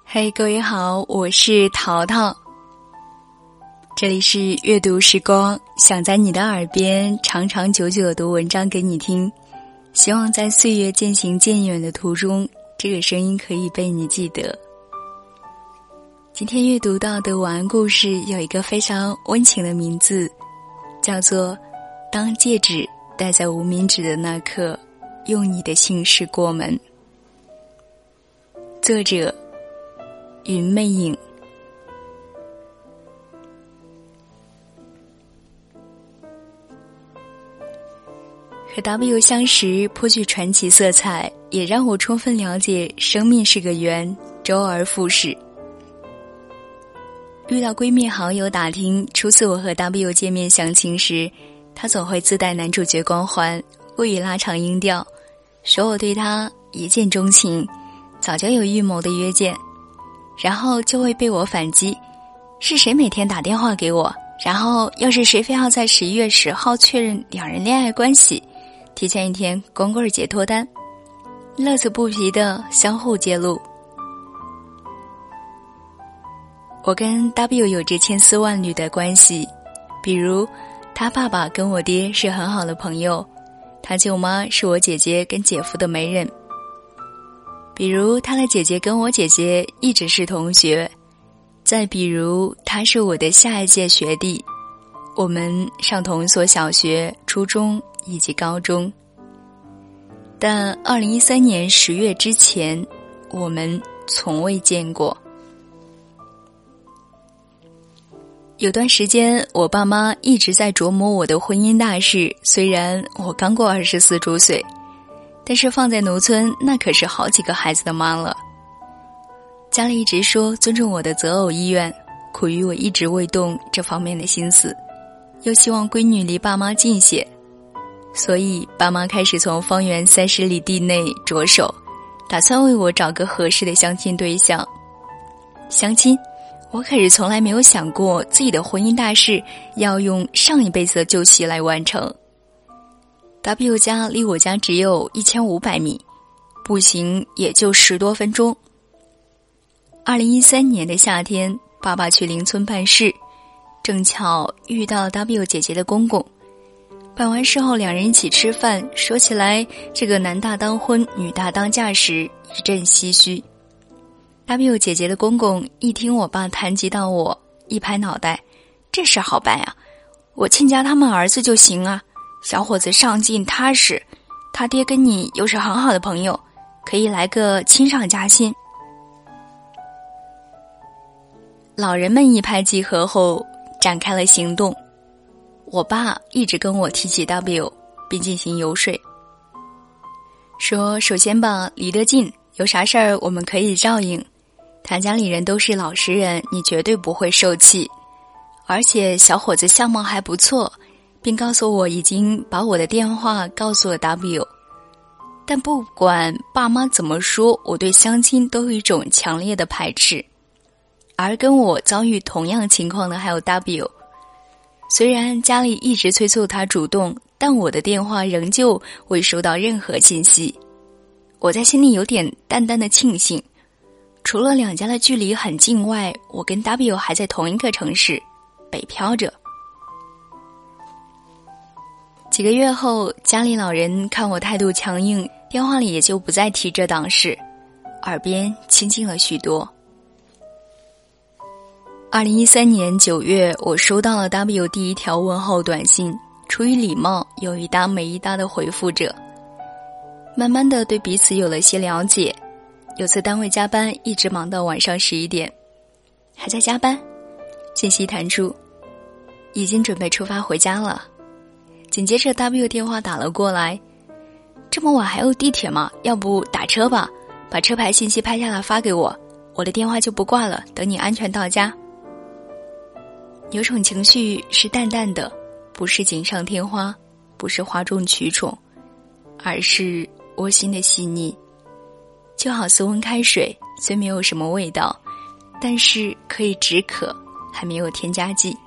嘿，各位好，我是淘淘，这里是阅读时光，想在你的耳边长长久久地读文章给你听，希望在岁月渐行渐远的途中，这个声音可以被你记得。今天阅读到的晚安故事有一个非常温情的名字，叫做当戒指戴在无名指的那刻，用你的姓氏过门。作者云魅影。和 W 相识颇具传奇色彩，也让我充分了解生命是个圆，周而复始。遇到闺蜜好友打听初次我和 W 见面详情时，她总会自带男主角光环，故意拉长音调，说我对她一见钟情，早就有预谋的约见，然后就会被我反击，是谁每天打电话给我，然后要是谁非要在11月10号确认两人恋爱关系，提前一天光棍节脱单，乐此不疲的相互揭露。我跟 W 有着千丝万缕的关系，比如他爸爸跟我爹是很好的朋友，他舅妈是我姐姐跟姐夫的媒人，比如他的姐姐跟我姐姐一直是同学，再比如他是我的下一届学弟，我们上同一所小学、初中以及高中。但2013年10月之前，我们从未见过。有段时间我爸妈一直在琢磨我的婚姻大事，虽然我刚过24周岁，但是放在农村那可是好几个孩子的妈了。家里一直说尊重我的择偶意愿，苦于我一直未动这方面的心思，又希望闺女离爸妈近些，所以爸妈开始从方圆30里地内着手，打算为我找个合适的相亲对象。相亲，我可是从来没有想过自己的婚姻大事要用上一辈子的旧习来完成。W 家离我家只有1500米，步行也就10多分钟。2013年的夏天，爸爸去邻村办事，正巧遇到了 W 姐姐的公公。办完事后两人一起吃饭，说起来这个男大当婚女大当嫁时，一阵唏嘘。W 姐姐的公公一听我爸谈及到我，一拍脑袋，这事好办啊，我亲家他们儿子就行啊，小伙子上进踏实，他爹跟你又是很好的朋友，可以来个亲上加亲。老人们一拍即合后展开了行动，我爸一直跟我提起 W 并进行游说，说首先吧，离得近，有啥事儿我们可以照应，他家里人都是老实人，你绝对不会受气，而且小伙子相貌还不错，并告诉我已经把我的电话告诉了 W。 但不管爸妈怎么说，我对相亲都有一种强烈的排斥。而跟我遭遇同样情况的还有 W， 虽然家里一直催促他主动，但我的电话仍旧未收到任何信息。我在心里有点淡淡的庆幸，除了两家的距离很近外，我跟 W 还在同一个城市北漂着。几个月后，家里老人看我态度强硬，电话里也就不再提这档事，耳边清静了许多。2013年9月，我收到了 W 第一条问候短信，出于礼貌，有一搭没一搭的回复着。慢慢的对彼此有了些了解。有次单位加班，一直忙到晚上11点，还在加班？信息弹出，已经准备出发回家了。紧接着 W 电话打了过来，这么晚还有地铁吗？要不打车吧，把车牌信息拍下来发给我，我的电话就不挂了，等你安全到家。有种情绪是淡淡的，不是锦上添花，不是哗众取宠，而是窝心的细腻，就好似温开水，虽没有什么味道，但是可以止渴，还没有添加剂。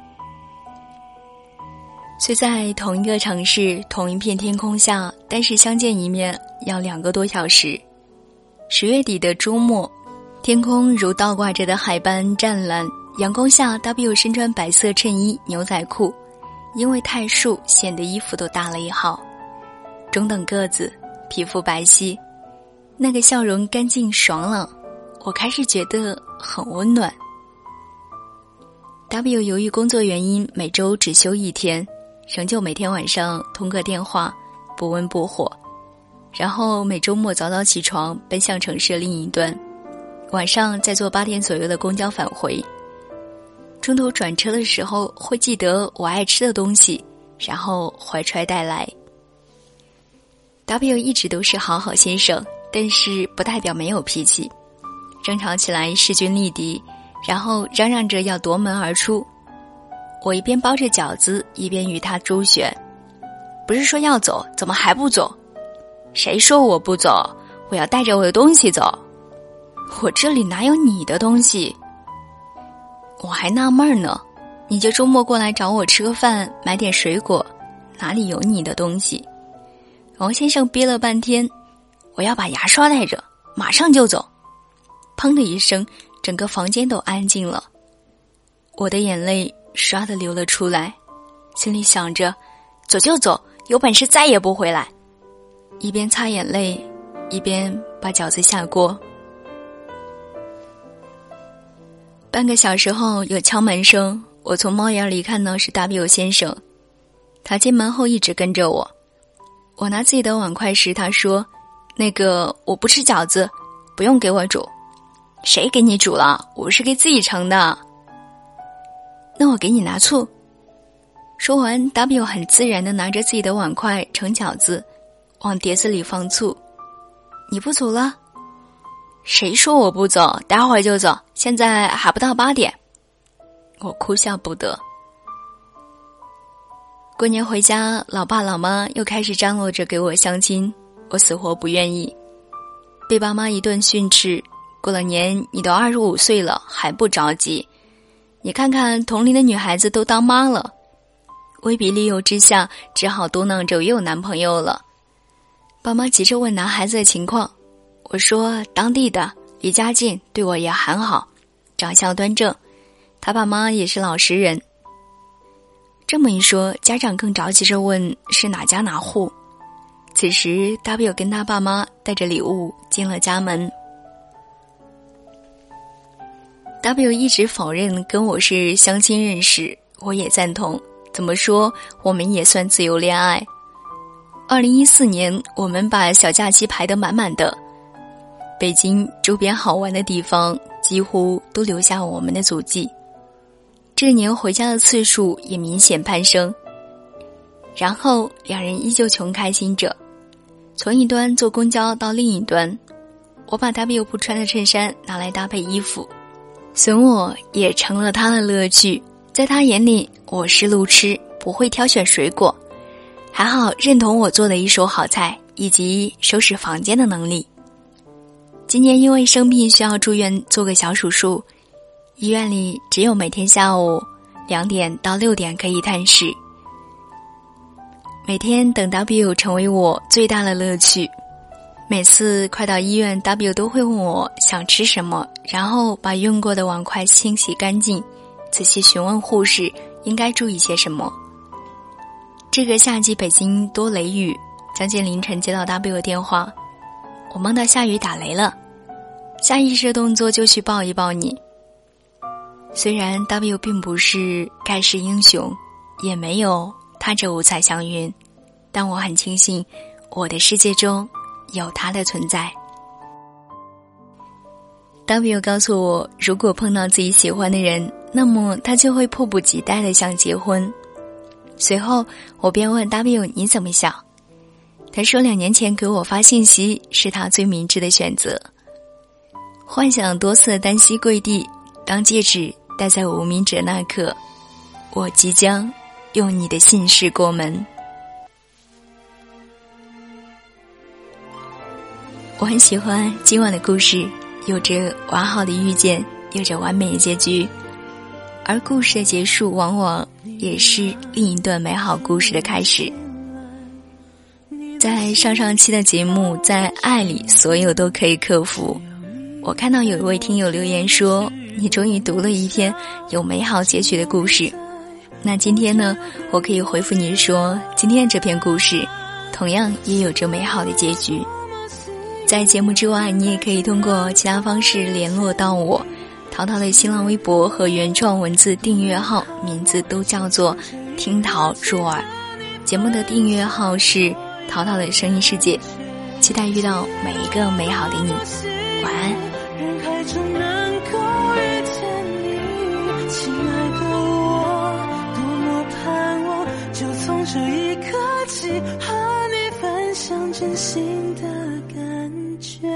虽在同一个城市，同一片天空下，但是相见一面要2个多小时。10月底的周末， 天空如倒挂着的海般湛蓝，阳光下 W 身穿白色衬衣牛仔裤，因为太瘦显得衣服都大了一号，中等个子，皮肤白皙，那个笑容干净爽朗，我开始觉得很温暖。W 由于工作原因每周只休1天，仍旧每天晚上通个电话，不温不火，然后每周末早早起床奔向城市另一端，晚上再坐8天左右的公交返回。中途转车的时候会记得我爱吃的东西，然后怀揣带来。W 一直都是好好先生，但是不代表没有脾气，争吵起来势均力敌，然后嚷嚷着要夺门而出。我一边包着饺子，一边与他周旋，不是说要走，怎么还不走？谁说我不走？我要带着我的东西走。我这里哪有你的东西？我还纳闷呢，你就周末过来找我吃个饭，买点水果，哪里有你的东西？王先生憋了半天，我要把牙刷带着，马上就走。砰的一声，整个房间都安静了。我的眼泪唰地流了出来，心里想着，走就走，有本事再也不回来。一边擦眼泪，一边把饺子下锅。半个小时后有敲门声，我从猫眼里看到是 W 先生，他进门后一直跟着我。我拿自己的碗筷时，他说，那个我不吃饺子，不用给我煮。谁给你煮了？我是给自己盛的。那我给你拿醋。说完 W 很自然地拿着自己的碗筷盛饺子，往碟子里放醋。你不走了？谁说我不走？待会儿就走，现在还不到8点。我哭笑不得。过年回家，老爸老妈又开始张罗着给我相亲，我死活不愿意。被爸妈一顿训斥，过了年你都25岁了还不着急，你看看同龄的女孩子都当妈了。威逼利诱之下，只好嘟囔着又有男朋友了。爸妈急着问男孩子的情况，我说当地的，离家近，对我也很好，长相端正，他爸妈也是老实人。这么一说，家长更着急着问是哪家哪户。此时 W 跟他爸妈带着礼物进了家门。W 一直否认跟我是相亲认识，我也赞同，怎么说我们也算自由恋爱。2014年我们把小假期排得满满的，北京周边好玩的地方几乎都留下我们的足迹，这年回家的次数也明显攀升。然后两人依旧穷开心着，从一端坐公交到另一端，我把 W 不穿的衬衫拿来搭配衣服，损我也成了他的乐趣。在他眼里，我是路痴，不会挑选水果，还好认同我做的一手好菜以及收拾房间的能力。今年因为生病需要住院做个小手术，医院里只有每天下午2点到6点可以探视。每天等 W 成为我最大的乐趣，每次快到医院 W 都会问我想吃什么，然后把用过的碗筷清洗干净，仔细询问护士应该注意些什么。这个夏季北京多雷雨，将近凌晨接到 W 的电话，我梦到下雨打雷了，下意识的动作就去抱一抱你。虽然 W 并不是盖世英雄，也没有踏着五彩祥云，但我很庆幸我的世界中有他的存在。 W 告诉我，如果碰到自己喜欢的人，那么他就会迫不及待地想结婚。随后我便问 W 你怎么想，他说2年前给我发信息是他最明智的选择。幻想多次单膝跪地，当戒指戴在无名指那刻，我即将用你的姓氏过门。我很喜欢今晚的故事，有着完好的遇见，有着完美的结局，而故事的结束往往也是另一段美好故事的开始。在上期的节目，在爱里所有都可以克服， 我看到有一位听友留言说，你终于读了一篇有美好结局的故事。那今天呢，我可以回复你说，今天这篇故事同样也有着美好的结局。在节目之外，你也可以通过其他方式联络到我。淘淘的新浪微博和原创文字订阅号名字都叫做听淘若尔，节目的订阅号是淘淘的声音世界，期待遇到每一个美好的你。晚安。 人海中能够遇见你，亲爱的我，多么盼望就从这一刻起和你分享真心的感觉。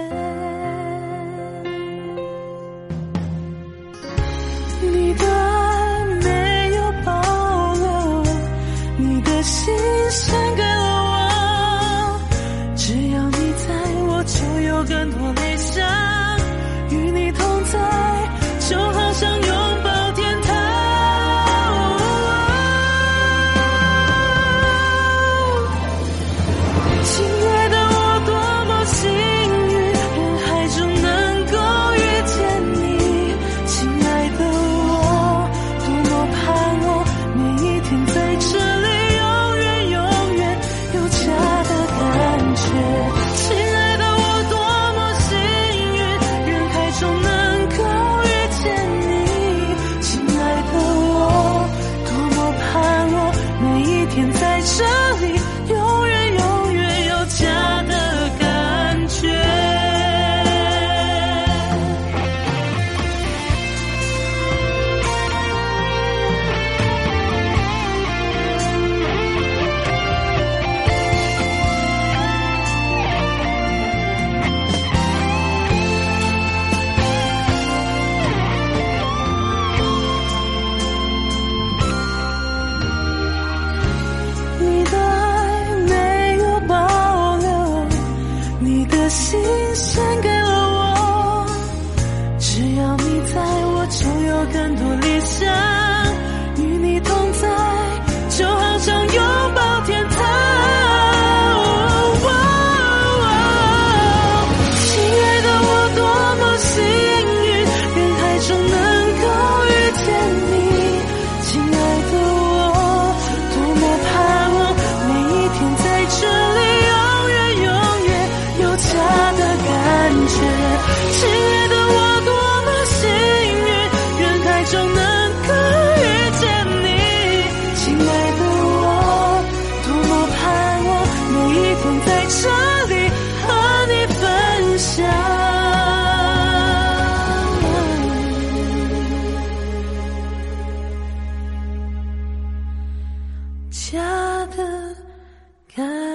你的爱没有保留，你的心献给了我，只要你在我就有更多理想，与你同在就好像拥抱天堂。亲爱的我多么幸运，人海中能够遇见你，亲爱的我多么盼望每一天在这里永远永远有家的感觉。亲爱的我多么幸运，人海中能够遇见你，亲爱的我多么盼望每一天在这里永远永远有家的感觉。你的爱没有保留，你的心献给了我，只要你在我就有更多理想，与你同在就好像拥抱天堂。亲爱的我多么幸运，人海中能够遇见你，亲爱的我多么盼望每一天在这里永远永远有家的感觉。亲爱的我多么幸运，人海中能够遇见你，亲爱的我多么盼望每一天在这里和你分享家的感